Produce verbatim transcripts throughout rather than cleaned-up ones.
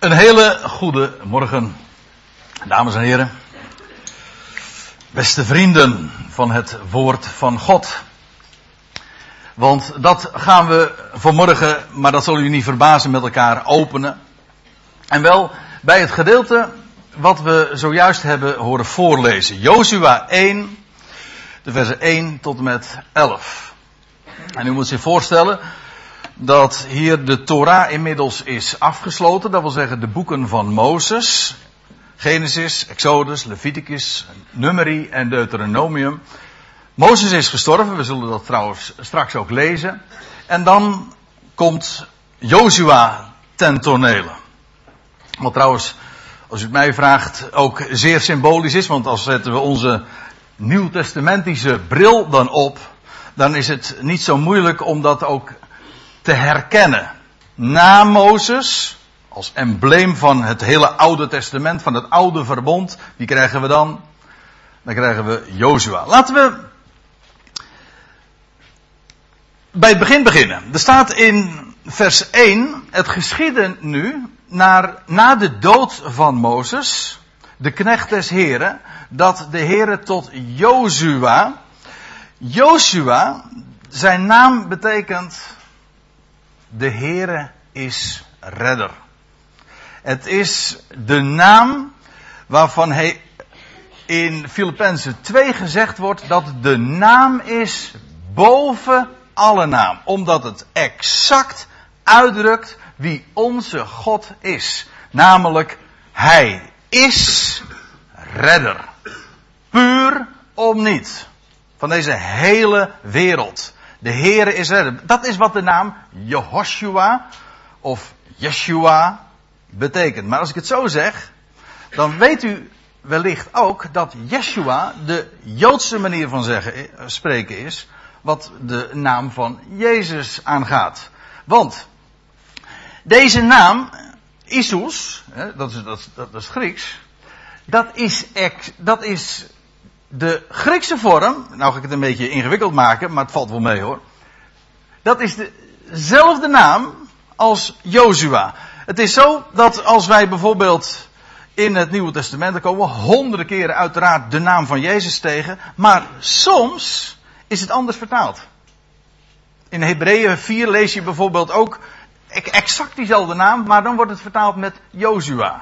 Een hele goede morgen, dames en heren. Beste vrienden van het woord van God. Want dat gaan we vanmorgen, maar dat zal u niet verbazen, met elkaar openen. En wel bij het gedeelte wat we zojuist hebben horen voorlezen. Jozua één, de versen één tot en met elf. En u moet zich voorstellen dat hier de Torah inmiddels is afgesloten. Dat wil zeggen de boeken van Mozes. Genesis, Exodus, Leviticus, Numeri en Deuteronomium. Mozes is gestorven. We zullen dat trouwens straks ook lezen. En dan komt Jozua ten tonele. Wat trouwens, als u het mij vraagt, ook zeer symbolisch is. Want als zetten we onze nieuwtestamentische bril dan op, dan is het niet zo moeilijk om dat ook te herkennen. Na Mozes, als embleem van het hele Oude Testament, van het Oude Verbond, wie krijgen we dan? Dan krijgen we Jozua. Laten we bij het begin beginnen. Er staat in vers één, het geschiedde nu, naar, na de dood van Mozes, de knecht des Heren, dat de Heren tot Jozua, Jozua, zijn naam betekent, de Heere is redder. Het is de naam waarvan hij in Filippenzen twee gezegd wordt dat de naam is boven alle naam. Omdat het exact uitdrukt wie onze God is. Namelijk, hij is redder. Puur om niet. Van deze hele wereld. De Heere is redder. Dat is wat de naam Jehoshua of Yeshua betekent. Maar als ik het zo zeg, dan weet u wellicht ook dat Yeshua de Joodse manier van zeggen, spreken is, wat de naam van Jezus aangaat. Want deze naam, Isus, dat is, dat, dat is Grieks, dat is, ex, dat is de Griekse vorm, nou ga ik het een beetje ingewikkeld maken, maar het valt wel mee hoor. Dat is dezelfde naam als Jozua. Het is zo dat als wij bijvoorbeeld in het Nieuwe Testament komen, honderden keren uiteraard de naam van Jezus tegen, maar soms is het anders vertaald. In Hebreeën vier lees je bijvoorbeeld ook exact diezelfde naam, maar dan wordt het vertaald met Jozua.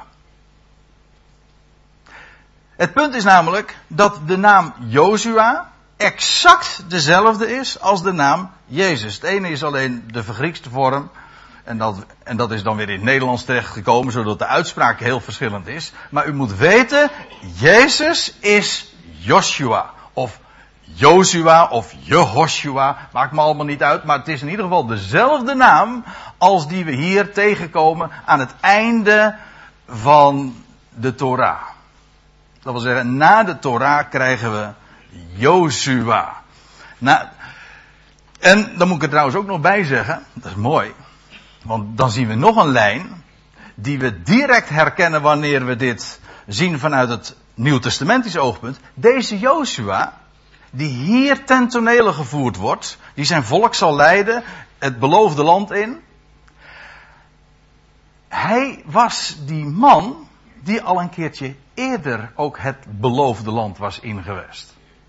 Het punt is namelijk dat de naam Jozua exact dezelfde is als de naam Jezus. Het ene is alleen de vergriekste vorm. En dat, en dat is dan weer in het Nederlands terechtgekomen, zodat de uitspraak heel verschillend is. Maar u moet weten, Jezus is Joshua. Of Jozua of Jehoshua. Maakt me allemaal niet uit. Maar het is in ieder geval dezelfde naam als die we hier tegenkomen aan het einde van de Torah. Dat wil zeggen, na de Torah krijgen we Jozua. Nou, en dan moet ik er trouwens ook nog bij zeggen, dat is mooi, want dan zien we nog een lijn die we direct herkennen wanneer we dit zien vanuit het Nieuwtestamentische oogpunt. Deze Jozua, die hier ten tonele gevoerd wordt, die zijn volk zal leiden, het beloofde land in. Hij was die man die al een keertje eerder ook het beloofde land was ingewest.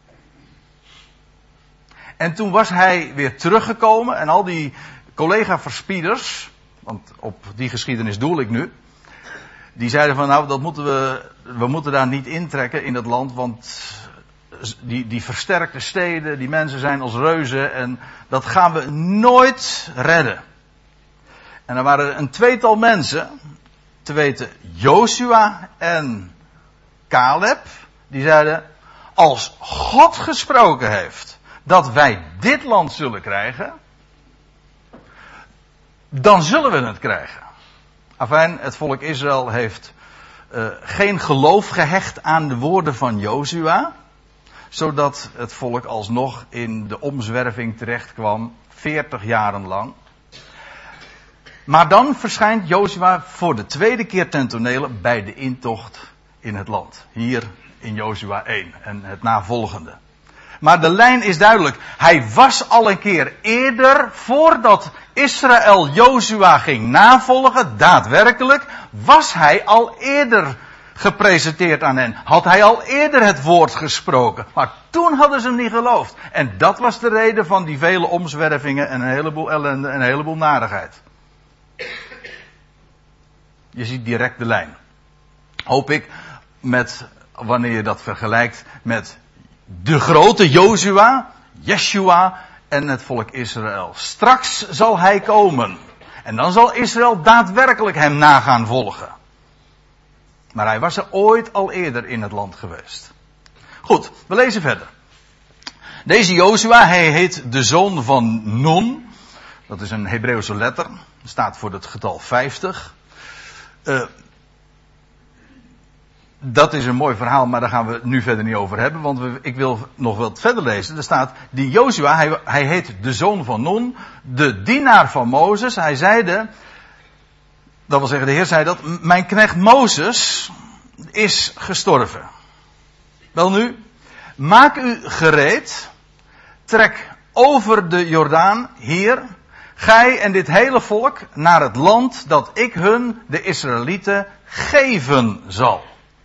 En toen was hij weer teruggekomen en al die collega-verspieders, want op die geschiedenis doel ik nu, die zeiden van nou, dat moeten we, we moeten daar niet intrekken in dat land, want die, die versterkte steden, die mensen zijn als reuzen en dat gaan we nooit redden. En er waren een tweetal mensen, te weten Jozua en Caleb, die zeiden, als God gesproken heeft dat wij dit land zullen krijgen, dan zullen we het krijgen. Afijn, het volk Israël heeft uh, geen geloof gehecht aan de woorden van Jozua, zodat het volk alsnog in de omzwerving terecht kwam, veertig jaren lang. Maar dan verschijnt Jozua voor de tweede keer ten tonele bij de intocht in het land. Hier in Jozua één en het navolgende. Maar de lijn is duidelijk. Hij was al een keer eerder, voordat Israël Jozua ging navolgen, daadwerkelijk, was hij al eerder gepresenteerd aan hen. Had hij al eerder het woord gesproken. Maar toen hadden ze hem niet geloofd. En dat was de reden van die vele omzwervingen en een heleboel ellende en een heleboel narigheid. Je ziet direct de lijn. Hoop ik, met, wanneer je dat vergelijkt met de grote Jozua, Yeshua en het volk Israël. Straks zal hij komen. En dan zal Israël daadwerkelijk hem na gaan volgen. Maar hij was er ooit al eerder in het land geweest. Goed, we lezen verder. Deze Jozua, hij heet de zoon van Nun. Dat is een Hebreeuwse letter. Staat voor het getal vijftig. Uh, dat is een mooi verhaal, maar daar gaan we het nu verder niet over hebben. Want we, ik wil nog wat verder lezen. Er staat, die Jozua, hij, hij heet de zoon van Nun. De dienaar van Mozes. Hij zeide, dat wil zeggen, de Heer zei dat, mijn knecht Mozes is gestorven. Welnu, maak u gereed, trek over de Jordaan hier, gij en dit hele volk, naar het land dat ik hun, de Israëlieten, geven zal.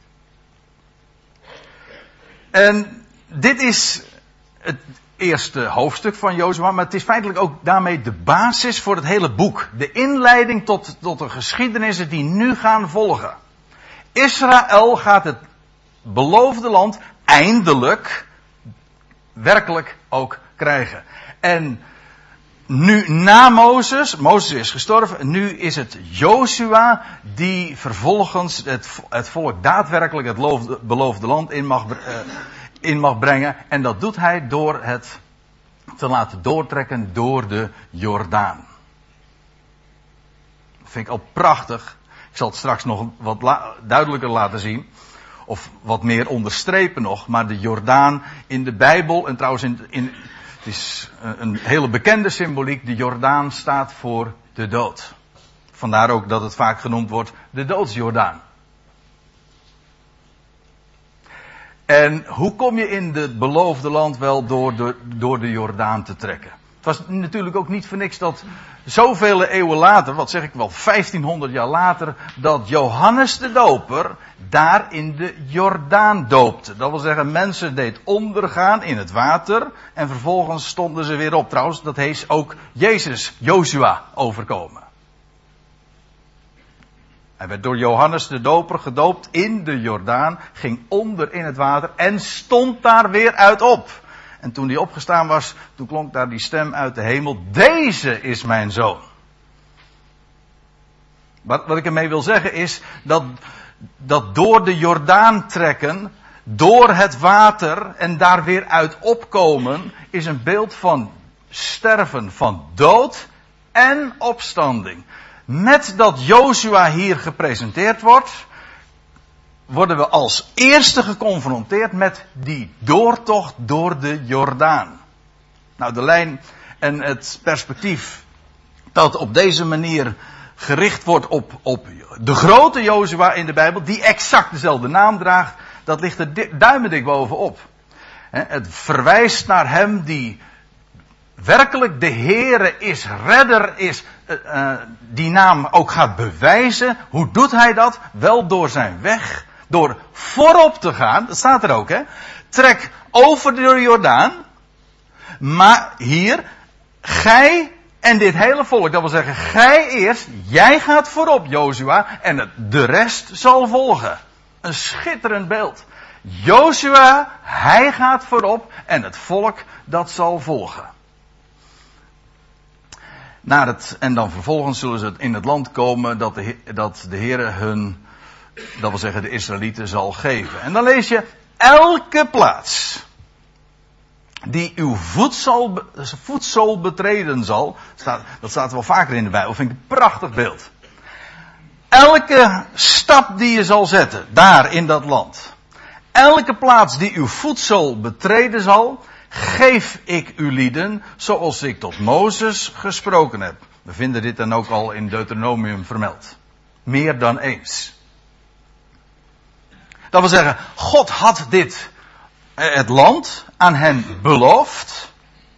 En dit is het eerste hoofdstuk van Jozua, maar het is feitelijk ook daarmee de basis voor het hele boek. De inleiding tot, tot de geschiedenissen die nu gaan volgen. Israël gaat het beloofde land eindelijk werkelijk ook krijgen. En nu na Mozes, Mozes is gestorven, nu is het Jozua die vervolgens het, het volk daadwerkelijk het loofde, beloofde land in mag, uh, in mag brengen. En dat doet hij door het te laten doortrekken door de Jordaan. Dat vind ik al prachtig. Ik zal het straks nog wat la- duidelijker laten zien. Of wat meer onderstrepen nog. Maar de Jordaan in de Bijbel, en trouwens in, in, het is een hele bekende symboliek. De Jordaan staat voor de dood. Vandaar ook dat het vaak genoemd wordt de doodsjordaan. En hoe kom je in het beloofde land wel door de, door de Jordaan te trekken? Het was natuurlijk ook niet voor niks dat zoveel eeuwen later, wat zeg ik wel, vijftienhonderd jaar later, dat Johannes de Doper daar in de Jordaan doopte. Dat wil zeggen, mensen deed ondergaan in het water en vervolgens stonden ze weer op. Trouwens, dat heeft ook Jezus, Jozua, overkomen. Hij werd door Johannes de Doper gedoopt in de Jordaan, ging onder in het water en stond daar weer uit op. En toen hij opgestaan was, toen klonk daar die stem uit de hemel, deze is mijn zoon. Wat, wat ik ermee wil zeggen is, dat, dat door de Jordaan trekken, door het water en daar weer uit opkomen, is een beeld van sterven, van dood en opstanding. Met dat Jozua hier gepresenteerd wordt, worden we als eerste geconfronteerd met die doortocht door de Jordaan. Nou, de lijn en het perspectief dat op deze manier gericht wordt op, op de grote Jozua in de Bijbel, die exact dezelfde naam draagt, dat ligt er di- duimendik bovenop. He, het verwijst naar hem die werkelijk de Heere is, redder is, uh, uh, die naam ook gaat bewijzen. Hoe doet hij dat? Wel door zijn weg, door voorop te gaan, dat staat er ook, hè. Trek over de Jordaan, maar hier, gij en dit hele volk, dat wil zeggen, gij eerst, jij gaat voorop, Jozua, en het, de rest zal volgen. Een schitterend beeld. Jozua, hij gaat voorop en het volk, dat zal volgen. Naar het, en dan vervolgens zullen ze in het land komen dat de, dat de Heere hun, dat wil zeggen de Israëlieten, zal geven. En dan lees je, elke plaats die uw voedsel, voedsel betreden zal, staat, dat staat wel vaker in de Bijbel, vind ik een prachtig beeld. Elke stap die je zal zetten, daar in dat land, elke plaats die uw voedsel betreden zal, geef ik u lieden, zoals ik tot Mozes gesproken heb. We vinden dit dan ook al in Deuteronomium vermeld. Meer dan eens. Dat wil zeggen, God had dit het land aan hen beloofd.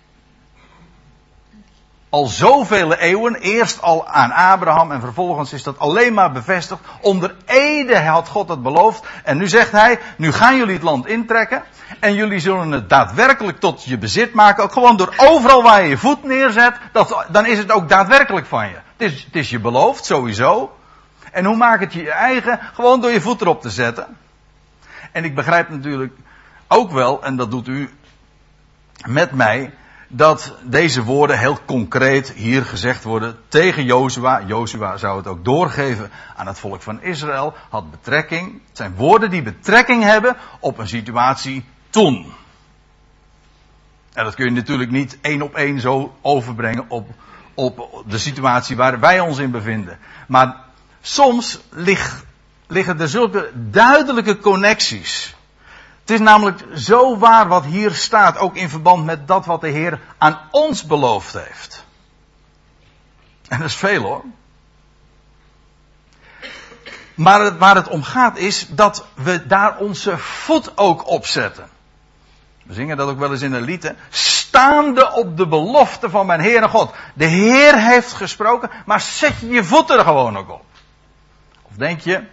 Al zoveel eeuwen, eerst al aan Abraham en vervolgens is dat alleen maar bevestigd. Onder ede had God het beloofd. En nu zegt hij, nu gaan jullie het land intrekken. En jullie zullen het daadwerkelijk tot je bezit maken. Ook gewoon door overal waar je je voet neerzet, dat, dan is het ook daadwerkelijk van je. Het is, het is je beloofd, sowieso. En hoe maak het je je eigen? Gewoon door je voet erop te zetten. En ik begrijp natuurlijk ook wel, en dat doet u met mij, dat deze woorden heel concreet hier gezegd worden tegen Jozua. Jozua zou het ook doorgeven aan het volk van Israël. Had betrekking. Het zijn woorden die betrekking hebben op een situatie toen. En dat kun je natuurlijk niet één op één zo overbrengen op, op de situatie waar wij ons in bevinden. Maar soms ligt, liggen er zulke duidelijke connecties. Het is namelijk zo waar wat hier staat, ook in verband met dat wat de Heer aan ons beloofd heeft. En dat is veel hoor. Maar het, waar het om gaat is dat we daar onze voet ook op zetten. We zingen dat ook wel eens in een lied. Hè? Staande op de belofte van mijn Heer en God. De Heer heeft gesproken, maar zet je je voet er gewoon ook op. Of denk je,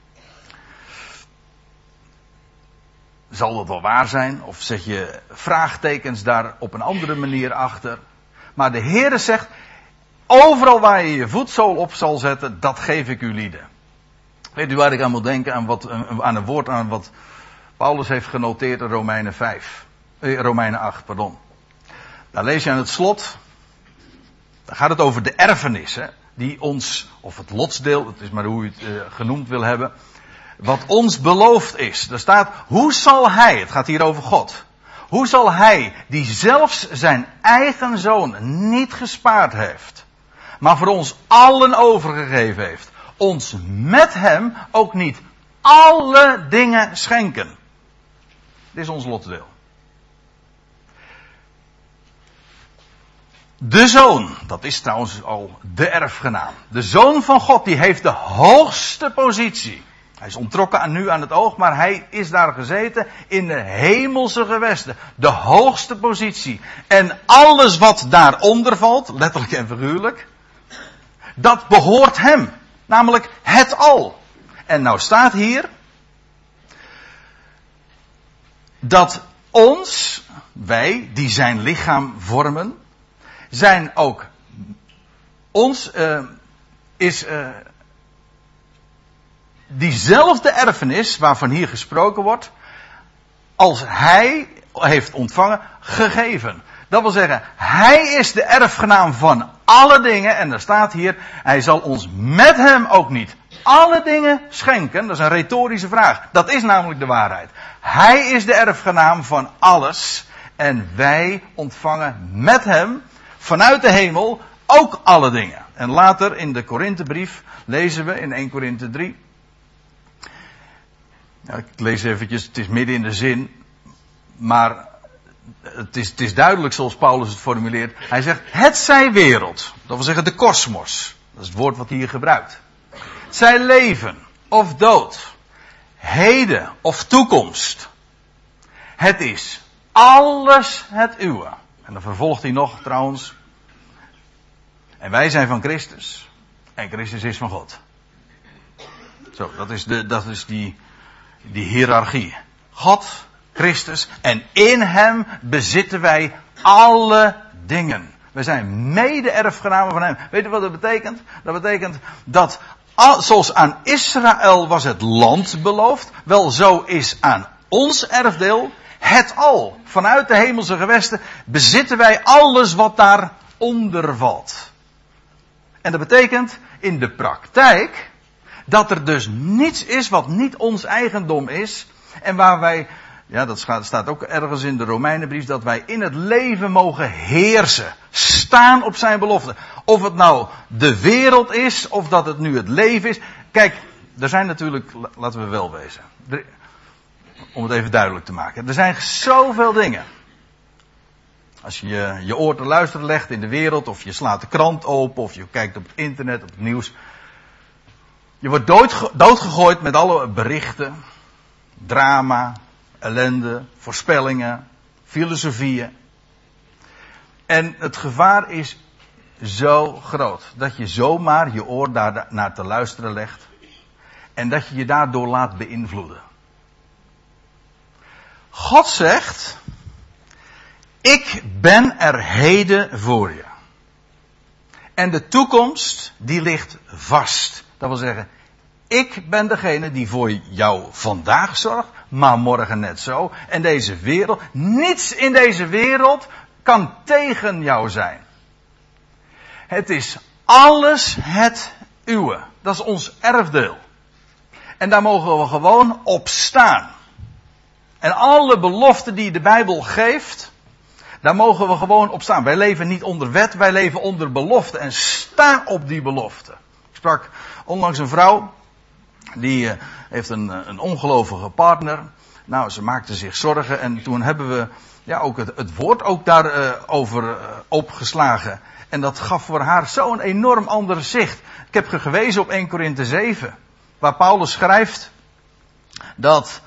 zal dat wel waar zijn? Of zet je vraagtekens daar op een andere manier achter? Maar de Heere zegt, overal waar je je voetzool op zal zetten, dat geef ik u lieden. Weet u waar ik aan moet denken? Aan, wat, aan een woord aan wat Paulus heeft genoteerd in Romeinen vijf. Eh, Romeinen acht, pardon. Daar lees je aan het slot. Daar gaat het over de erfenis. Hè, die ons, of het lotsdeel, het is maar hoe u het uh, genoemd wil hebben. Wat ons beloofd is. Daar staat, hoe zal hij, het gaat hier over God. Hoe zal hij, die zelfs zijn eigen zoon niet gespaard heeft, maar voor ons allen overgegeven heeft, ons met hem ook niet alle dingen schenken. Dit is ons lotdeel. De zoon, dat is trouwens al de erfgenaam. De zoon van God, die heeft de hoogste positie. Hij is ontrokken aan nu aan het oog, maar hij is daar gezeten in de hemelse gewesten. De hoogste positie. En alles wat daaronder valt, letterlijk en figuurlijk, dat behoort hem. Namelijk het al. En nou staat hier dat ons, wij die zijn lichaam vormen, zijn ook ons uh, is uh, diezelfde erfenis waarvan hier gesproken wordt, als hij heeft ontvangen, gegeven. Dat wil zeggen, hij is de erfgenaam van alle dingen. En er staat hier, hij zal ons met hem ook niet alle dingen schenken. Dat is een retorische vraag. Dat is namelijk de waarheid. Hij is de erfgenaam van alles. En wij ontvangen met hem vanuit de hemel ook alle dingen. En later in de Korinthebrief lezen we in eerste Korinthe drie. Ja, ik lees eventjes, het is midden in de zin. Maar het is, het is duidelijk zoals Paulus het formuleert. Hij zegt, het zij wereld. Dat wil zeggen de kosmos. Dat is het woord wat hij hier gebruikt. Het zij leven of dood. Heden of toekomst. Het is alles het uwe. En dan vervolgt hij nog trouwens. En wij zijn van Christus. En Christus is van God. Zo, dat is, de, dat is die, die hiërarchie. God, Christus. En in hem bezitten wij alle dingen. We zijn mede-erfgenamen van hem. Weet u wat dat betekent? Dat betekent dat, zoals aan Israël was het land beloofd, wel zo is aan ons erfdeel het al. Vanuit de hemelse gewesten bezitten wij alles wat daaronder valt. En dat betekent in de praktijk dat er dus niets is wat niet ons eigendom is. En waar wij, ja dat staat ook ergens in de Romeinenbrief, dat wij in het leven mogen heersen. Staan op zijn belofte. Of het nou de wereld is, of dat het nu het leven is. Kijk, er zijn natuurlijk, laten we wel wezen. Er, om het even duidelijk te maken. Er zijn zoveel dingen. Als je je oor te luisteren legt in de wereld, of je slaat de krant open, of je kijkt op het internet, op het nieuws. Je wordt dood, doodgegooid met alle berichten, drama, ellende, voorspellingen, filosofieën. En het gevaar is zo groot dat je zomaar je oor daar naar te luisteren legt en dat je je daardoor laat beïnvloeden. God zegt: ik ben er heden voor je. En de toekomst, die ligt vast. Dat wil zeggen, ik ben degene die voor jou vandaag zorgt, maar morgen net zo. En deze wereld, niets in deze wereld kan tegen jou zijn. Het is alles het uwe. Dat is ons erfdeel. En daar mogen we gewoon op staan. En alle beloften die de Bijbel geeft, daar mogen we gewoon op staan. Wij leven niet onder wet, wij leven onder belofte. En sta op die belofte. Ik sprak onlangs een vrouw, die uh, heeft een, een ongelovige partner. Nou, ze maakte zich zorgen en toen hebben we ja, ook het, het woord ook daarover uh, uh, opgeslagen. En dat gaf voor haar zo'n enorm ander zicht. Ik heb gewezen op Eerste Korinthe zeven, waar Paulus schrijft dat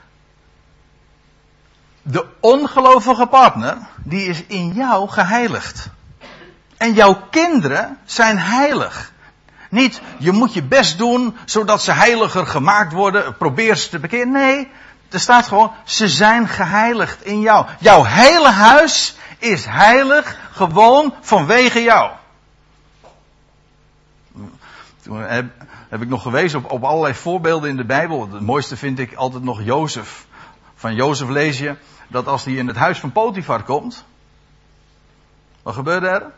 de ongelovige partner, die is in jou geheiligd. En jouw kinderen zijn heilig. Niet, je moet je best doen, zodat ze heiliger gemaakt worden. Probeer ze te bekeren. Nee, er staat gewoon, ze zijn geheiligd in jou. Jouw hele huis is heilig, gewoon vanwege jou. Toen heb, heb ik nog gewezen op, op allerlei voorbeelden in de Bijbel. Het mooiste vind ik altijd nog Jozef. Van Jozef lees je dat als hij in het huis van Potifar komt, wat gebeurde er?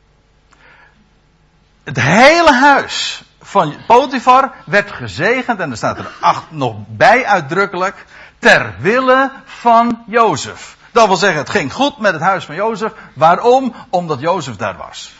Het hele huis van Potifar werd gezegend, en er staat er acht, nog bij uitdrukkelijk, ter wille van Jozef. Dat wil zeggen, het ging goed met het huis van Jozef. Waarom? Omdat Jozef daar was.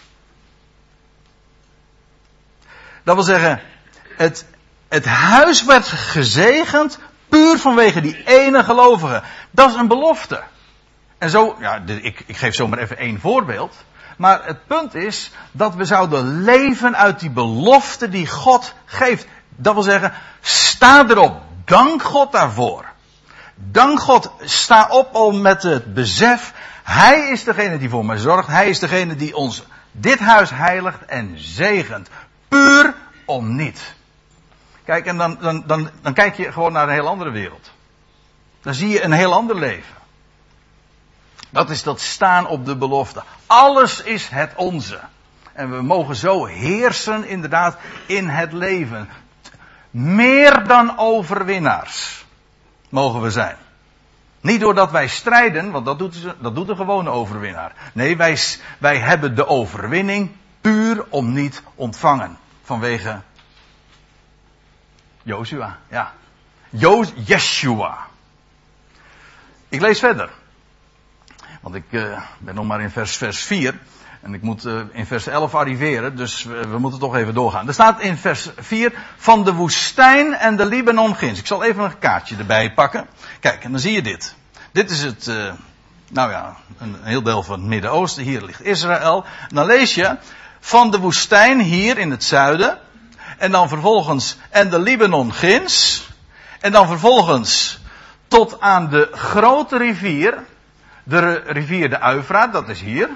Dat wil zeggen, het, het huis werd gezegend puur vanwege die ene gelovige. Dat is een belofte. En zo, ja, ik, ik geef zomaar even één voorbeeld. Maar het punt is dat we zouden leven uit die belofte die God geeft. Dat wil zeggen, sta erop. Dank God daarvoor. Dank God, sta op al met het besef. Hij is degene die voor mij zorgt. Hij is degene die ons dit huis heiligt en zegent. Puur om niet. Kijk, en dan, dan, dan, dan kijk je gewoon naar een heel andere wereld. Dan zie je een heel ander leven. Dat is dat staan op de belofte. Alles is het onze. En we mogen zo heersen inderdaad in het leven. Meer dan overwinnaars mogen we zijn. Niet doordat wij strijden, want dat doet, dat doet een gewone overwinnaar. Nee, wij, wij hebben de overwinning puur om niet ontvangen. Vanwege Jozua, ja. Jo- Yeshua. Ik lees verder. Want ik uh, ben nog maar in vers, vers vier. En ik moet uh, in vers elf arriveren. Dus we, we moeten toch even doorgaan. Er staat in vers vier. Van de woestijn en de Libanon ginds. Ik zal even een kaartje erbij pakken. Kijk, en dan zie je dit. Dit is het, uh, nou ja, een heel deel van het Midden-Oosten. Hier ligt Israël. En dan lees je van de woestijn hier in het zuiden. En dan vervolgens en de Libanon ginds. En dan vervolgens tot aan de grote rivier. De rivier de Uifraat, dat is hier.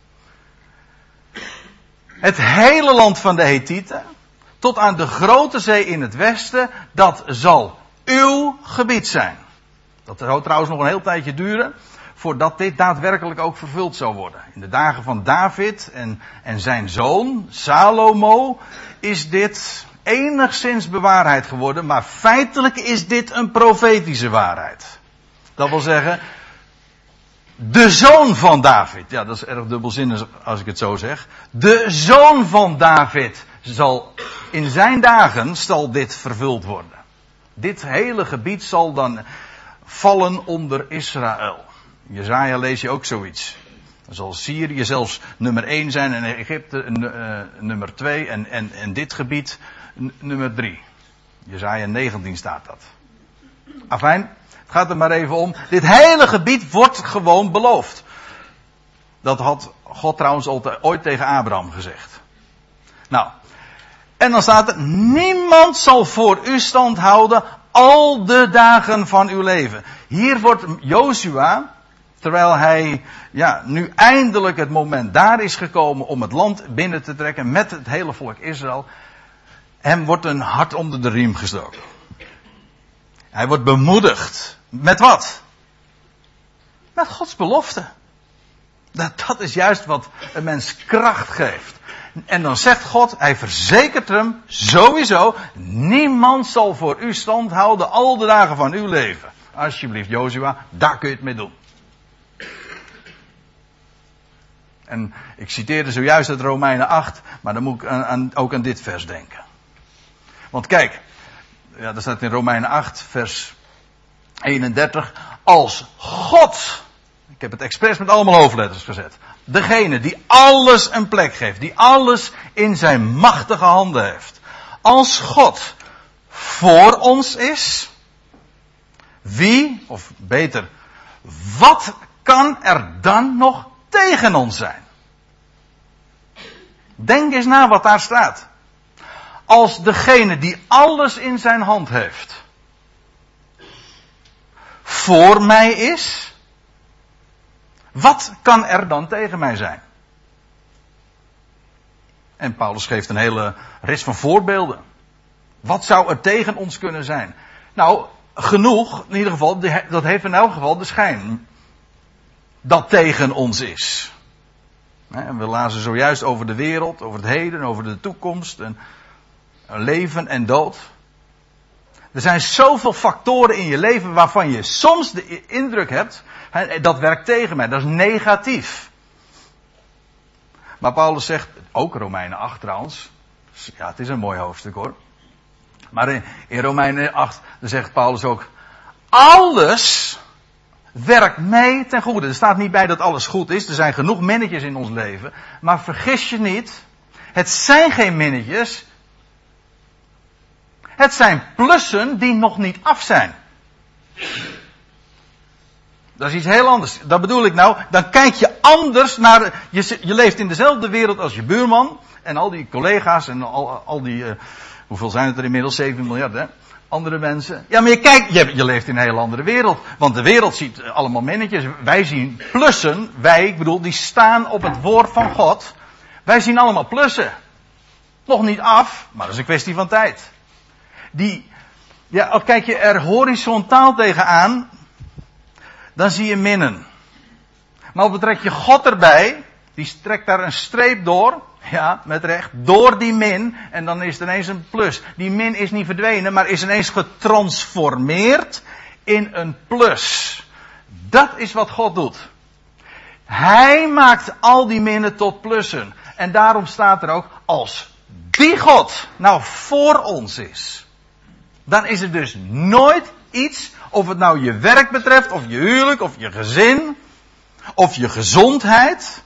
Het hele land van de Hethieten. Tot aan de grote zee in het westen. Dat zal uw gebied zijn. Dat zou trouwens nog een heel tijdje duren. Voordat dit daadwerkelijk ook vervuld zou worden. In de dagen van David en, en zijn zoon Salomo is dit enigszins bewaarheid geworden. Maar feitelijk is dit een profetische waarheid. Dat wil zeggen, de zoon van David. Ja, dat is erg dubbelzinnig als ik het zo zeg. De zoon van David zal, in zijn dagen zal dit vervuld worden. Dit hele gebied zal dan vallen onder Israël. In Jesaja lees je ook zoiets. Dan zal Syrië zelfs nummer één zijn en Egypte uh, nummer twee en, en, en dit gebied n- nummer drie. Jesaja negentien staat dat. Afijn, het gaat er maar even om. Dit hele gebied wordt gewoon beloofd. Dat had God trouwens ooit tegen Abraham gezegd. Nou, en dan staat er, niemand zal voor u stand houden al de dagen van uw leven. Hier wordt Jozua, terwijl hij ja, nu eindelijk het moment daar is gekomen om het land binnen te trekken met het hele volk Israël, hem wordt een hart onder de riem gestoken. Hij wordt bemoedigd. Met wat? Met Gods belofte. Dat, dat is juist wat een mens kracht geeft. En dan zegt God, hij verzekert hem sowieso, niemand zal voor u stand houden al de dagen van uw leven. Alsjeblieft, Jozua, daar kun je het mee doen. En ik citeerde zojuist uit Romeinen acht, maar dan moet ik aan, aan, ook aan dit vers denken. Want kijk, ja, dat staat in Romeinen acht, vers eenendertig. Als God, ik heb het expres met allemaal hoofdletters gezet, degene die alles een plek geeft, die alles in zijn machtige handen heeft. Als God voor ons is, wie, of beter, wat kan er dan nog tegen ons zijn? Denk eens na wat daar staat. Als degene die alles in zijn hand heeft, voor mij is, wat kan er dan tegen mij zijn? En Paulus geeft een hele rits van voorbeelden. Wat zou er tegen ons kunnen zijn? Nou, genoeg, in ieder geval, dat heeft in elk geval de schijn dat tegen ons is. We lazen zojuist over de wereld, over het heden, over de toekomst, en leven en dood. Er zijn zoveel factoren in je leven waarvan je soms de indruk hebt, dat werkt tegen mij, dat is negatief. Maar Paulus zegt, ook Romeinen acht trouwens, ja, het is een mooi hoofdstuk hoor. Maar in, in Romeinen acht, dan zegt Paulus ook, alles werkt mee ten goede. Er staat niet bij dat alles goed is, er zijn genoeg minnetjes in ons leven. Maar vergis je niet, het zijn geen minnetjes. Het zijn plussen die nog niet af zijn. Dat is iets heel anders. Dat bedoel ik nou. Dan kijk je anders naar. Je, je leeft in dezelfde wereld als je buurman. En al die collega's en al, al die. Uh, hoeveel zijn het er inmiddels? zeven miljard hè? Andere mensen. Ja, maar je kijkt. Je, je leeft in een heel andere wereld. Want de wereld ziet allemaal minnetjes. Wij zien plussen. Wij, ik bedoel, die staan op het woord van God. Wij zien allemaal plussen. Nog niet af, maar dat is een kwestie van tijd. Die, ja, al kijk je er horizontaal tegenaan, dan zie je minnen. Maar al betrek je God erbij, die trekt daar een streep door, ja, met recht, door die min, en dan is het ineens een plus. Die min is niet verdwenen, maar is ineens getransformeerd in een plus. Dat is wat God doet. Hij maakt al die minnen tot plussen. En daarom staat er ook, als die God nou voor ons is, dan is er dus nooit iets, of het nou je werk betreft, of je huwelijk, of je gezin, of je gezondheid.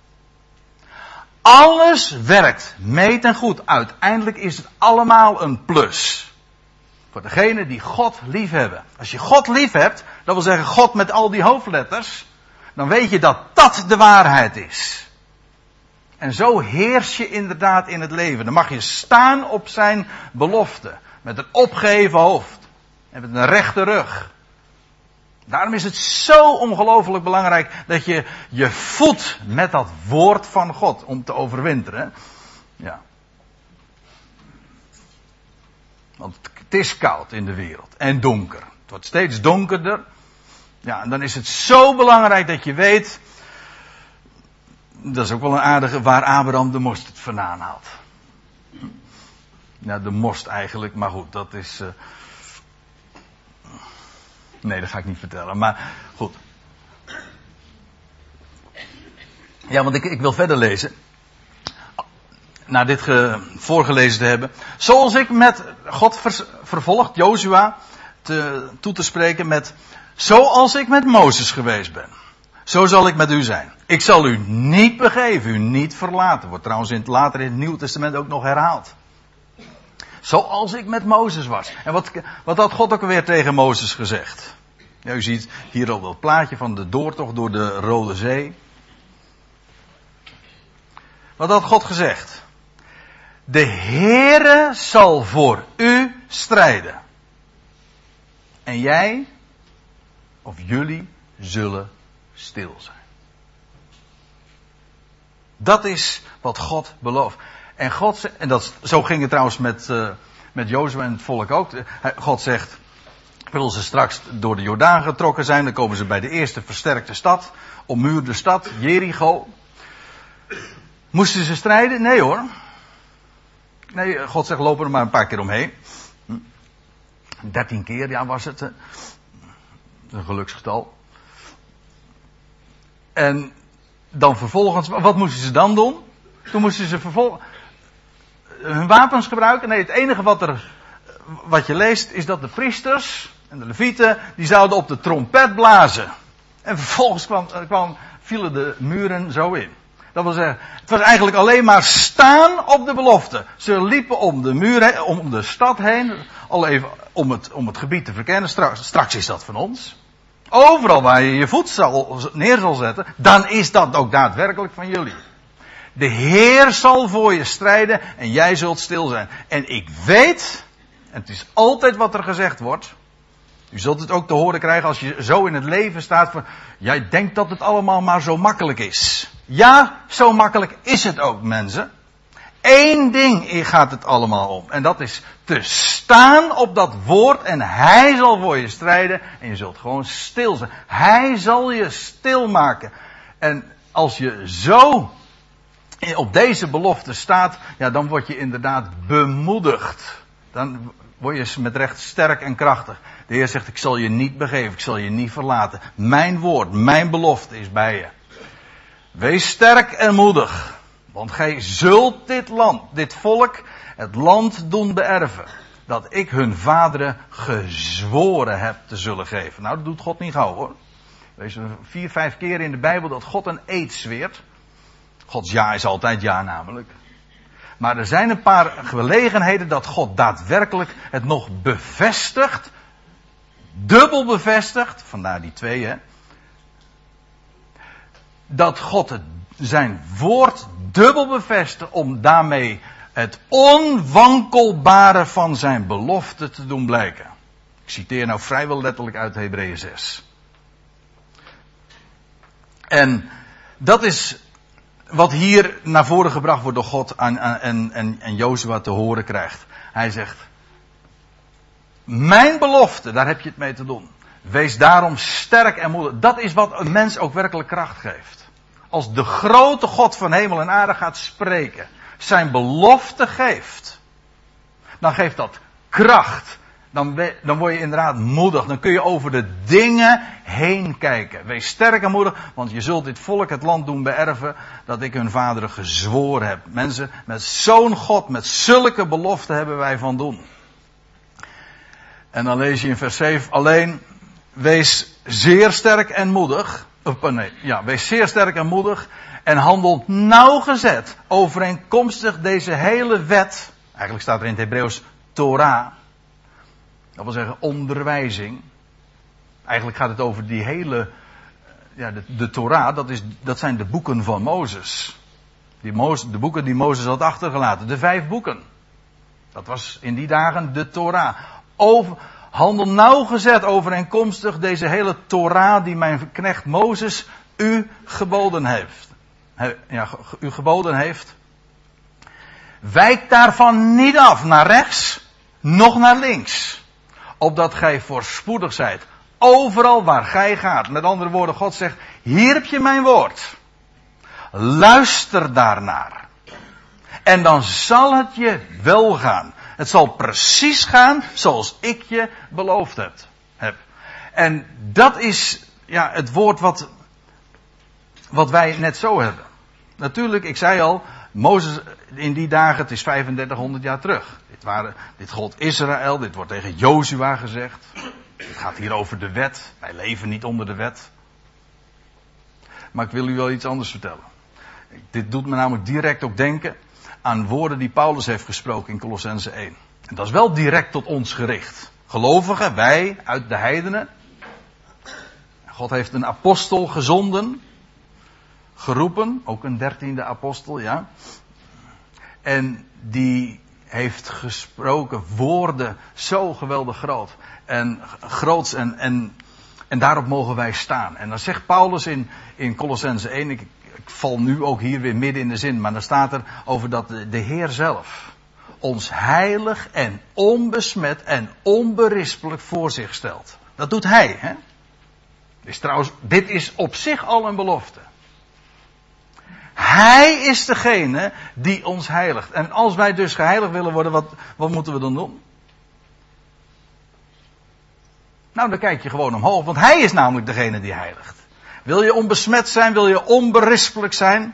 Alles werkt mee ten goed. Uiteindelijk is het allemaal een plus. Voor degenen die God lief hebben. Als je God lief hebt, dat wil zeggen God met al die hoofdletters, dan weet je dat dat de waarheid is. En zo heers je inderdaad in het leven. Dan mag je staan op zijn belofte. Met een opgeheven hoofd. En met een rechte rug. Daarom is het zo ongelooflijk belangrijk dat je je voedt met dat woord van God. Om te overwinteren. Ja. Want het is koud in de wereld. En donker. Het wordt steeds donkerder. Ja, en dan is het zo belangrijk dat je weet. Dat is ook wel een aardige waar Abraham de mosterd vandaan haalt. Ja, de most eigenlijk, maar goed, dat is. Uh... Nee, dat ga ik niet vertellen, maar goed. Ja, want ik, ik wil verder lezen. Na dit ge, voorgelezen te hebben. Zoals ik met God vers, vervolgt, Jozua, te, toe te spreken met. Zoals ik met Mozes geweest ben. Zo zal ik met u zijn. Ik zal u niet begeven, u niet verlaten. Wordt trouwens in het, later in het Nieuwe Testament ook nog herhaald. Zoals ik met Mozes was. En wat, wat had God ook alweer tegen Mozes gezegd? Ja, u ziet hier al dat plaatje van de doortocht door de Rode Zee. Wat had God gezegd? De Heere zal voor u strijden. En jij, of jullie, zullen stil zijn. Dat is wat God belooft. En God, en dat, zo ging het trouwens met, uh, met Jozua en het volk ook. God zegt, willen ze straks door de Jordaan getrokken zijn, dan komen ze bij de eerste versterkte stad, ommuurde stad, Jericho. Moesten ze strijden? Nee hoor. Nee, God zegt, lopen er maar een paar keer omheen. Dertien keer, ja, was het. Een geluksgetal. En dan vervolgens, wat moesten ze dan doen? Toen moesten ze vervolgens hun wapens gebruiken. Nee, het enige wat er, wat je leest, is dat de priesters en de levieten, die zouden op de trompet blazen. En vervolgens kwam, kwam, vielen de muren zo in. Dat wil zeggen, het was eigenlijk alleen maar staan op de belofte. Ze liepen om de muur heen, om de stad heen, al even om het, om het gebied te verkennen. Straks, straks is dat van ons. Overal waar je je voet zal, neer zal zetten, dan is dat ook daadwerkelijk van jullie. De Heer zal voor je strijden en jij zult stil zijn. En ik weet, en het is altijd wat er gezegd wordt. U zult het ook te horen krijgen als je zo in het leven staat van, jij denkt dat het allemaal maar zo makkelijk is. Ja, zo makkelijk is het ook, mensen. Eén ding gaat het allemaal om. En dat is te staan op dat woord en Hij zal voor je strijden. En je zult gewoon stil zijn. Hij zal je stil maken. En als je zo op deze belofte staat, ja, dan word je inderdaad bemoedigd. Dan word je met recht sterk en krachtig. De Heer zegt, ik zal je niet begeven, ik zal je niet verlaten. Mijn woord, mijn belofte is bij je. Wees sterk en moedig. Want gij zult dit land, dit volk, het land doen beërven. Dat ik hun vaderen gezworen heb te zullen geven. Nou, dat doet God niet gauw hoor. Wees er vier, vijf keer in de Bijbel dat God een eed zweert. Gods ja is altijd ja namelijk. Maar er zijn een paar gelegenheden dat God daadwerkelijk het nog bevestigt. Dubbel bevestigt. Vandaar die twee hè. Dat God het, zijn woord dubbel bevestigt om daarmee het onwankelbare van zijn belofte te doen blijken. Ik citeer nou vrijwel letterlijk uit Hebreeën zes. En dat is wat hier naar voren gebracht wordt door God en, en, en, en Jozua te horen krijgt. Hij zegt, mijn belofte, daar heb je het mee te doen. Wees daarom sterk en moedig. Dat is wat een mens ook werkelijk kracht geeft. Als de grote God van hemel en aarde gaat spreken, zijn belofte geeft, dan geeft dat kracht. Dan, dan word je inderdaad moedig. Dan kun je over de dingen heen kijken. Wees sterk en moedig, want je zult dit volk het land doen beërven dat ik hun vaderen gezworen heb. Mensen, met zo'n God, met zulke beloften hebben wij van doen. En dan lees je in vers zeven, alleen wees zeer sterk en moedig. Of, nee, ja, wees zeer sterk en moedig en handel nauwgezet overeenkomstig deze hele wet. Eigenlijk staat er in het Hebreeuws Torah. Dat wil zeggen onderwijzing. Eigenlijk gaat het over die hele, ja, de, de Torah, dat, is, dat zijn de boeken van Mozes. Die Mozes. De boeken die Mozes had achtergelaten, de vijf boeken. Dat was in die dagen de Torah. Over, handel nauwgezet overeenkomstig deze hele Torah die mijn knecht Mozes u geboden heeft. He, ja, u geboden heeft. Wijk daarvan niet af naar rechts, noch naar links. Opdat gij voorspoedig zijt. Overal waar gij gaat. Met andere woorden, God zegt, hier heb je mijn woord. Luister daarnaar. En dan zal het je wel gaan. Het zal precies gaan zoals ik je beloofd heb. En dat is ja, het woord wat, wat wij net zo hebben. Natuurlijk, ik zei al, Mozes in die dagen, het is vijfendertighonderd jaar terug. Dit, waren, dit gold Israël, dit wordt tegen Jozua gezegd. Het gaat hier over de wet. Wij leven niet onder de wet. Maar ik wil u wel iets anders vertellen. Dit doet me namelijk direct ook denken aan woorden die Paulus heeft gesproken in Kolossenzen één. En dat is wel direct tot ons gericht. Gelovigen, wij uit de heidenen. God heeft een apostel gezonden. Geroepen, ook een dertiende apostel, ja. En die heeft gesproken woorden zo geweldig groot. En groots en, en, en daarop mogen wij staan. En dan zegt Paulus in, in Colossenzen één, ik, ik val nu ook hier weer midden in de zin, maar dan staat er over dat de, de Heer zelf ons heilig en onbesmet en onberispelijk voor zich stelt. Dat doet Hij, hè? Is trouwens, dit is op zich al een belofte. Hij is degene die ons heiligt. En als wij dus geheiligd willen worden, wat, wat moeten we dan doen? Nou, dan kijk je gewoon omhoog, want Hij is namelijk degene die heiligt. Wil je onbesmet zijn, wil je onberispelijk zijn?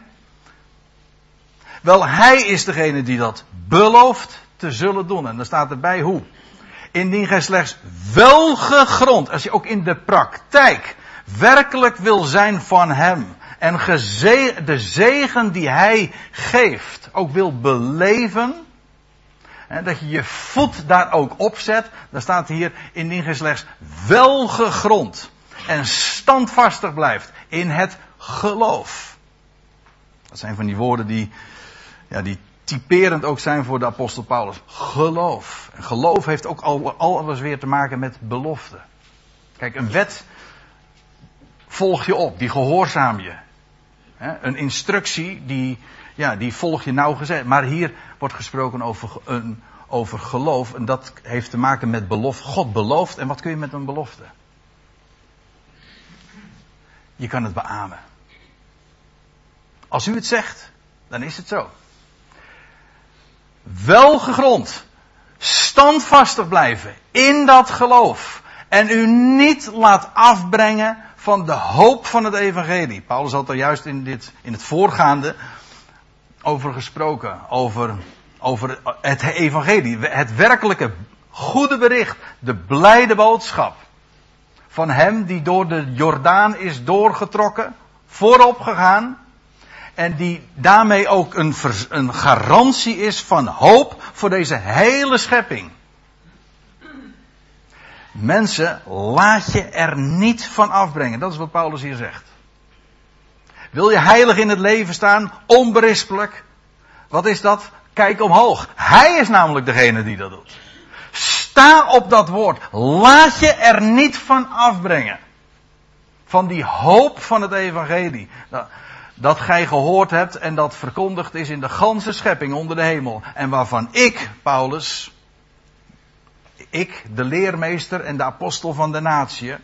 Wel, Hij is degene die dat belooft te zullen doen. En dan staat erbij hoe. Indien gij slechts welgegrond, als je ook in de praktijk werkelijk wil zijn van Hem. En geze- de zegen die Hij geeft ook wil beleven. Hè, dat je je voet daar ook op zet. Dan staat hier, indien gij slechts welgegrond en standvastig blijft in het geloof. Dat zijn van die woorden die, ja, die typerend ook zijn voor de apostel Paulus. Geloof. En geloof heeft ook al, alles weer te maken met belofte. Kijk, een wet volg je op, die gehoorzaam je. He, een instructie, die, ja, die volg je nauwgezet. Maar hier wordt gesproken over, een, over geloof. En dat heeft te maken met belofte. God belooft. En wat kun je met een belofte? Je kan het beamen. Als u het zegt, dan is het zo. Welgegrond, standvastig blijven in dat geloof. En u niet laat afbrengen van de hoop van het evangelie. Paulus had er juist in, dit, in het voorgaande over gesproken. Over, over het evangelie. Het werkelijke goede bericht. De blijde boodschap. Van hem die door de Jordaan is doorgetrokken. Voorop gegaan. En die daarmee ook een, een garantie is van hoop voor deze hele schepping. Mensen, laat je er niet van afbrengen. Dat is wat Paulus hier zegt. Wil je heilig in het leven staan, onberispelijk? Wat is dat? Kijk omhoog. Hij is namelijk degene die dat doet. Sta op dat woord. Laat je er niet van afbrengen. Van die hoop van het evangelie. Dat, dat gij gehoord hebt en dat verkondigd is in de ganse schepping onder de hemel. En waarvan ik, Paulus... Ik, de leermeester en de apostel van de natie,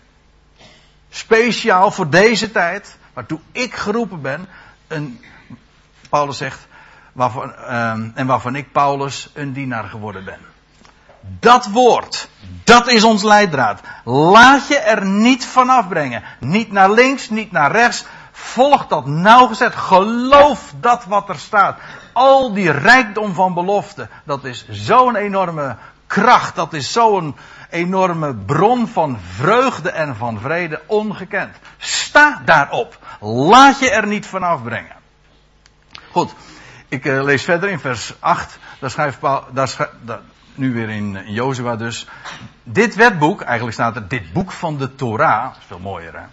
speciaal voor deze tijd, waartoe ik geroepen ben, een, Paulus zegt, waarvan, uh, en waarvan ik, Paulus, een dienaar geworden ben. Dat woord, dat is ons leidraad. Laat je er niet van afbrengen. Niet naar links, niet naar rechts. Volg dat nauwgezet. Geloof dat wat er staat. Al die rijkdom van belofte, dat is zo'n enorme kracht, dat is zo'n enorme bron van vreugde en van vrede, ongekend. Sta daarop. Laat je er niet van afbrengen. Goed, ik uh, lees verder in vers acht. Daar schrijft Paul, daar schrijft, daar, nu weer in, in Jozua dus. Dit wetboek, eigenlijk staat er dit boek van de Torah. Dat is veel mooier, hè.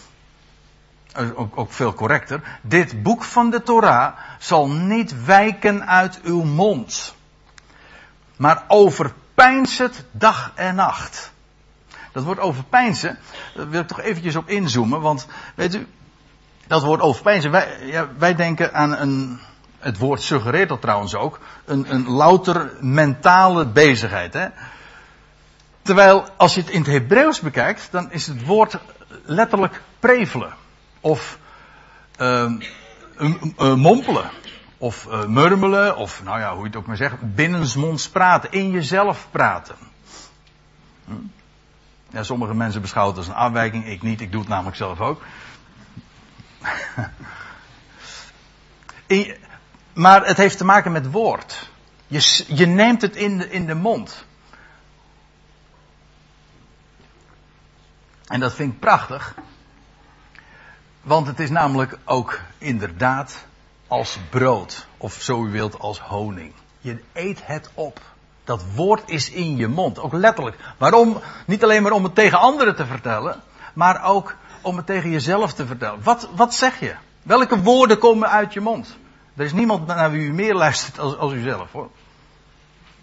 Ook, ook veel correcter. Dit boek van de Torah zal niet wijken uit uw mond. Maar overpeins het dag en nacht. Dat woord overpeinzen, daar wil ik toch eventjes op inzoomen. Want weet u, dat woord overpeinzen, wij, ja, wij denken aan een, het woord suggereert dat trouwens ook, een, een louter mentale bezigheid. Hè? Terwijl als je het in het Hebreeuws bekijkt, dan is het woord letterlijk prevelen. Of uh, uh, mompelen. Of uh, murmelen, of nou ja, hoe je het ook maar zegt, binnensmonds praten, in jezelf praten. Hm? Ja, sommige mensen beschouwen het als een afwijking, ik niet, ik doe het namelijk zelf ook. in, maar het heeft te maken met woord. Je, je neemt het in de, in de mond. En dat vind ik prachtig. Want het is namelijk ook inderdaad als brood. Of zo u wilt als honing. Je eet het op. Dat woord is in je mond. Ook letterlijk. Waarom? Niet alleen maar om het tegen anderen te vertellen. Maar ook om het tegen jezelf te vertellen. Wat, wat zeg je? Welke woorden komen uit je mond? Er is niemand naar wie u meer luistert als, als u zelf, hoor.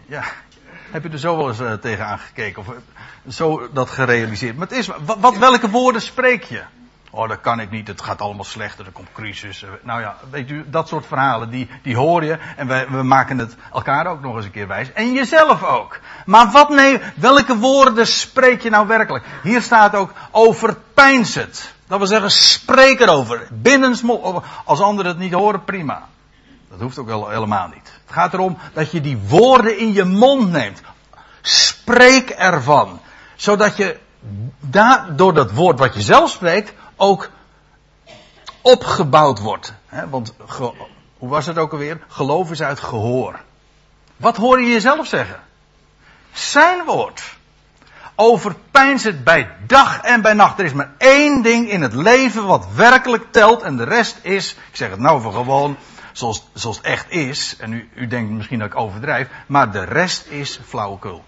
Ja, heb je er zo wel eens uh, tegen aangekeken of uh, zo dat gerealiseerd? Maar het is, wat, wat, welke woorden spreek je? Oh, dat kan ik niet, het gaat allemaal slechter, er komt crisis. Uh, nou ja, weet u, dat soort verhalen, die, die hoor je. En we, we maken het elkaar ook nog eens een keer wijs. En jezelf ook. Maar wat nee, welke woorden spreek je nou werkelijk? Hier staat ook, overpeins het. Dat wil zeggen, spreek erover. Binnensmond, als anderen het niet horen, prima. Dat hoeft ook wel helemaal niet. Het gaat erom dat je die woorden in je mond neemt. Spreek ervan. Zodat je da- door dat woord wat je zelf spreekt ook opgebouwd wordt. He, want ge- hoe was het ook alweer? Geloof is uit gehoor. Wat hoor je jezelf zeggen? Zijn woord. Overpeins het bij dag en bij nacht. Er is maar één ding in het leven wat werkelijk telt. En de rest is, ik zeg het nou voor gewoon, zoals, zoals het echt is. En u, u denkt misschien dat ik overdrijf. Maar de rest is flauwekul.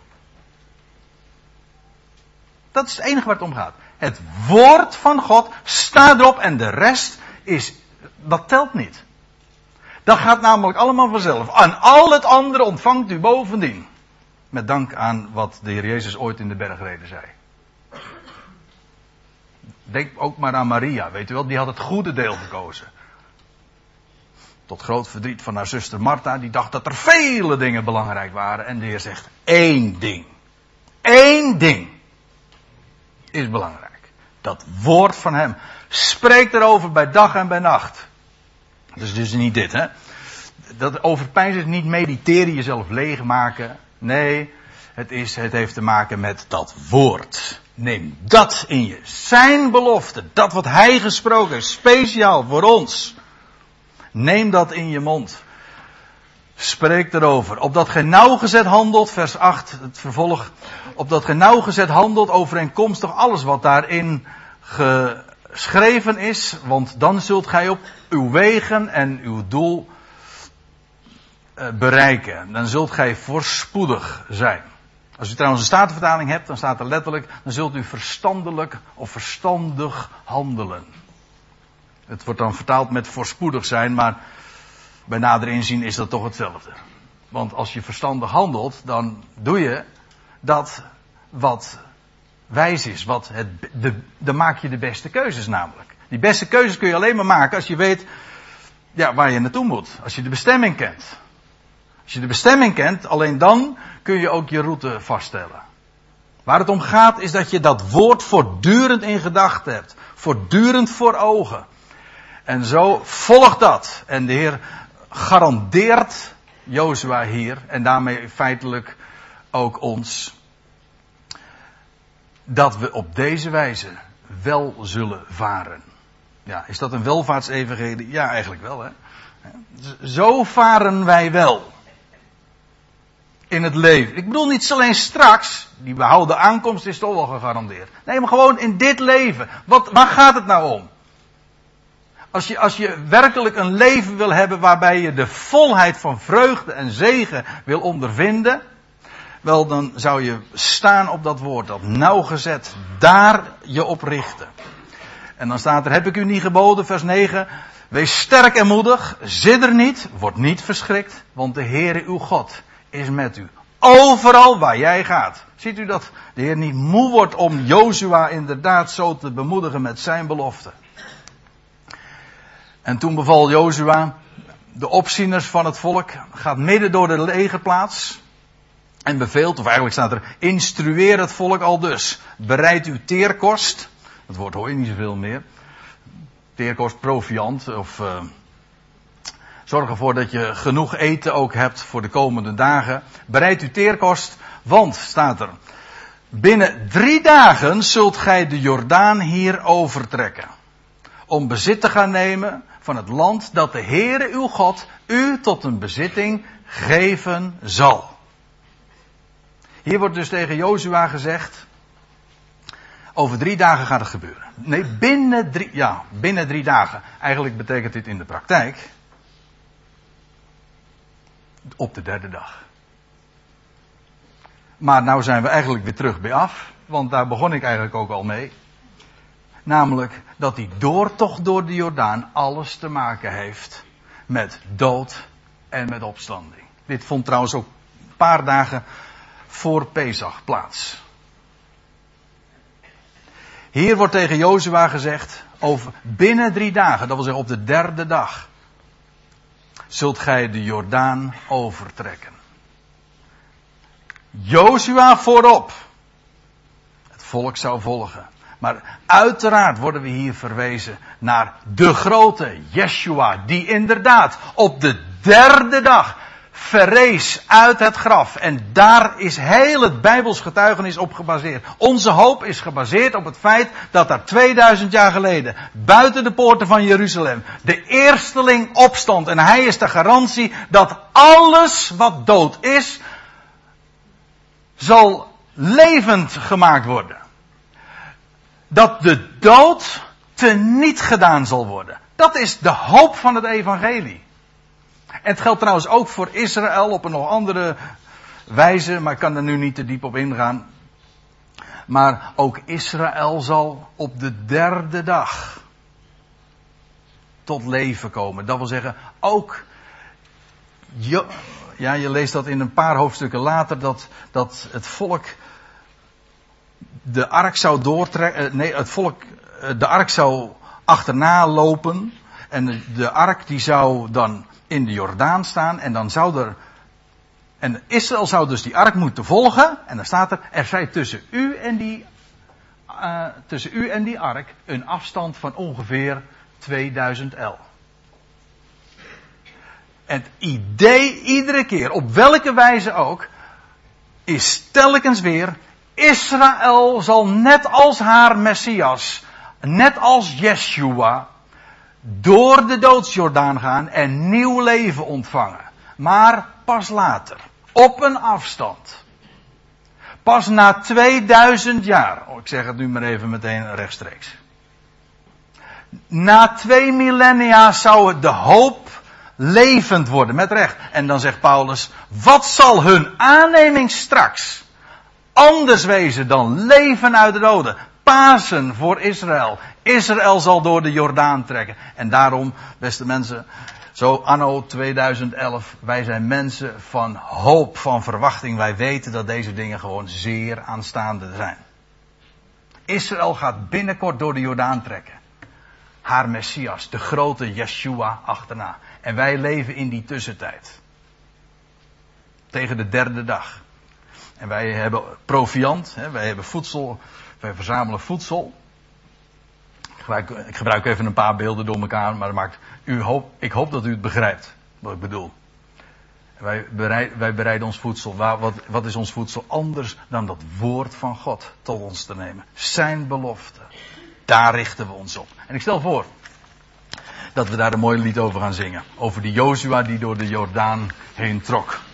Dat is het enige waar het om gaat. Het woord van God staat erop en de rest is, dat telt niet. Dat gaat namelijk allemaal vanzelf. En al het andere ontvangt u bovendien. Met dank aan wat de Heer Jezus ooit in de bergreden zei. Denk ook maar aan Maria, weet u wel, die had het goede deel gekozen. Tot groot verdriet van haar zuster Martha, die dacht dat er vele dingen belangrijk waren. En de Heer zegt, één ding. Één ding is belangrijk. Dat woord van hem. Spreek erover bij dag en bij nacht. Dat is dus niet dit, hè. Dat overpeinzen is niet mediteren, jezelf leegmaken. Nee, het, is, het heeft te maken met dat woord. Neem dat in je. Zijn belofte, dat wat hij gesproken heeft, speciaal voor ons. Neem dat in je mond. Spreek erover. Opdat gij nauwgezet handelt, vers acht, het vervolg. Opdat gij nauwgezet handelt overeenkomstig alles wat daarin geschreven is. Want dan zult gij op uw wegen en uw doel bereiken. Dan zult gij voorspoedig zijn. Als u trouwens een Statenvertaling hebt, dan staat er letterlijk, dan zult u verstandelijk of verstandig handelen. Het wordt dan vertaald met voorspoedig zijn, maar bij nader inzien is dat toch hetzelfde. Want als je verstandig handelt, dan doe je dat wat wijs is. Wat het, de, dan maak je de beste keuzes namelijk. Die beste keuzes kun je alleen maar maken als je weet ja, waar je naartoe moet. Als je de bestemming kent. Als je de bestemming kent, alleen dan kun je ook je route vaststellen. Waar het om gaat is dat je dat woord voortdurend in gedachten hebt. Voortdurend voor ogen. En zo volg dat. En de Heer garandeert Jozua hier, en daarmee feitelijk ook ons, dat we op deze wijze wel zullen varen. Ja, is dat een welvaartsevangelie? Ja, eigenlijk wel, hè. Zo varen wij wel. In het leven. Ik bedoel niet alleen straks, die behouden aankomst is toch wel gegarandeerd. Nee, maar gewoon in dit leven. Wat, waar gaat het nou om? Als je, als je werkelijk een leven wil hebben waarbij je de volheid van vreugde en zegen wil ondervinden, wel dan zou je staan op dat woord, dat nauwgezet, daar je op richten. En dan staat er, heb ik u niet geboden, vers negen, wees sterk en moedig, sidder niet, word niet verschrikt, want de Heere uw God is met u. Overal waar jij gaat. Ziet u dat de Heer niet moe wordt om Jozua inderdaad zo te bemoedigen met zijn belofte. En toen beval Jozua, de opzieners van het volk, gaat midden door de legerplaats en beveelt, of eigenlijk staat er, instrueer het volk al dus. Bereid uw teerkost, dat woord hoor je niet zoveel meer, teerkost, proviand, of uh, zorg ervoor dat je genoeg eten ook hebt voor de komende dagen. Bereid uw teerkost, want, staat er, binnen drie dagen zult gij de Jordaan hier overtrekken. Om bezit te gaan nemen van het land dat de Heere uw God u tot een bezitting geven zal. Hier wordt dus tegen Jozua gezegd, over drie dagen gaat het gebeuren. Nee, binnen drie, ja, binnen drie dagen. Eigenlijk betekent dit in de praktijk op de derde dag. Maar nou zijn we eigenlijk weer terug bij af, want daar begon ik eigenlijk ook al mee. Namelijk dat die doortocht door de Jordaan alles te maken heeft met dood en met opstanding. Dit vond trouwens ook paar dagen voor Pesach plaats. Hier wordt tegen Jozua gezegd, over binnen drie dagen, dat wil zeggen op de derde dag, zult gij de Jordaan overtrekken. Jozua voorop. Het volk zou volgen. Maar uiteraard worden we hier verwezen naar de grote Yeshua, die inderdaad op de derde dag verrees uit het graf. En daar is heel het Bijbels getuigenis op gebaseerd. Onze hoop is gebaseerd op het feit dat daar tweeduizend jaar geleden, buiten de poorten van Jeruzalem, de eersteling opstond. En hij is de garantie dat alles wat dood is, zal levend gemaakt worden. Dat de dood teniet gedaan zal worden. Dat is de hoop van het evangelie. En het geldt trouwens ook voor Israël op een nog andere wijze, maar ik kan er nu niet te diep op ingaan. Maar ook Israël zal op de derde dag tot leven komen. Dat wil zeggen, ook, jo, ja, je leest dat in een paar hoofdstukken later, dat, dat het volk de ark zou doortrekken, nee, het volk de ark zou achterna lopen. En de ark die zou dan in de Jordaan staan en dan zou er, en Israël zou dus die ark moeten volgen. En dan staat er, er zij tussen u en die, uh, tussen u en die ark een afstand van ongeveer tweeduizend el. Het idee iedere keer, op welke wijze ook, is telkens weer, Israël zal net als haar Messias, net als Yeshua, door de doodsjordaan gaan en nieuw leven ontvangen. Maar pas later, op een afstand. Pas na tweeduizend jaar, oh, ik zeg het nu maar even meteen rechtstreeks. Na twee millennia zou het de hoop levend worden, met recht. En dan zegt Paulus, wat zal hun aanneming straks anders wezen dan leven uit de doden? Pasen voor Israël. Israël zal door de Jordaan trekken. En daarom, beste mensen, zo anno tweeduizend elf, wij zijn mensen van hoop, van verwachting. Wij weten dat deze dingen gewoon zeer aanstaande zijn. Israël gaat binnenkort door de Jordaan trekken. Haar Messias, de grote Yeshua, achterna. En wij leven in die tussentijd. Tegen de derde dag. En wij hebben proviand, hè, wij hebben voedsel, wij verzamelen voedsel. Ik gebruik, ik gebruik even een paar beelden door elkaar, maar dat maakt, u hoop, ik hoop dat u het begrijpt, wat ik bedoel. Wij, bereid, wij bereiden ons voedsel, wat, wat is ons voedsel anders dan dat woord van God tot ons te nemen. Zijn belofte, daar richten we ons op. En ik stel voor dat we daar een mooi lied over gaan zingen. Over die Jozua die door de Jordaan heen trok.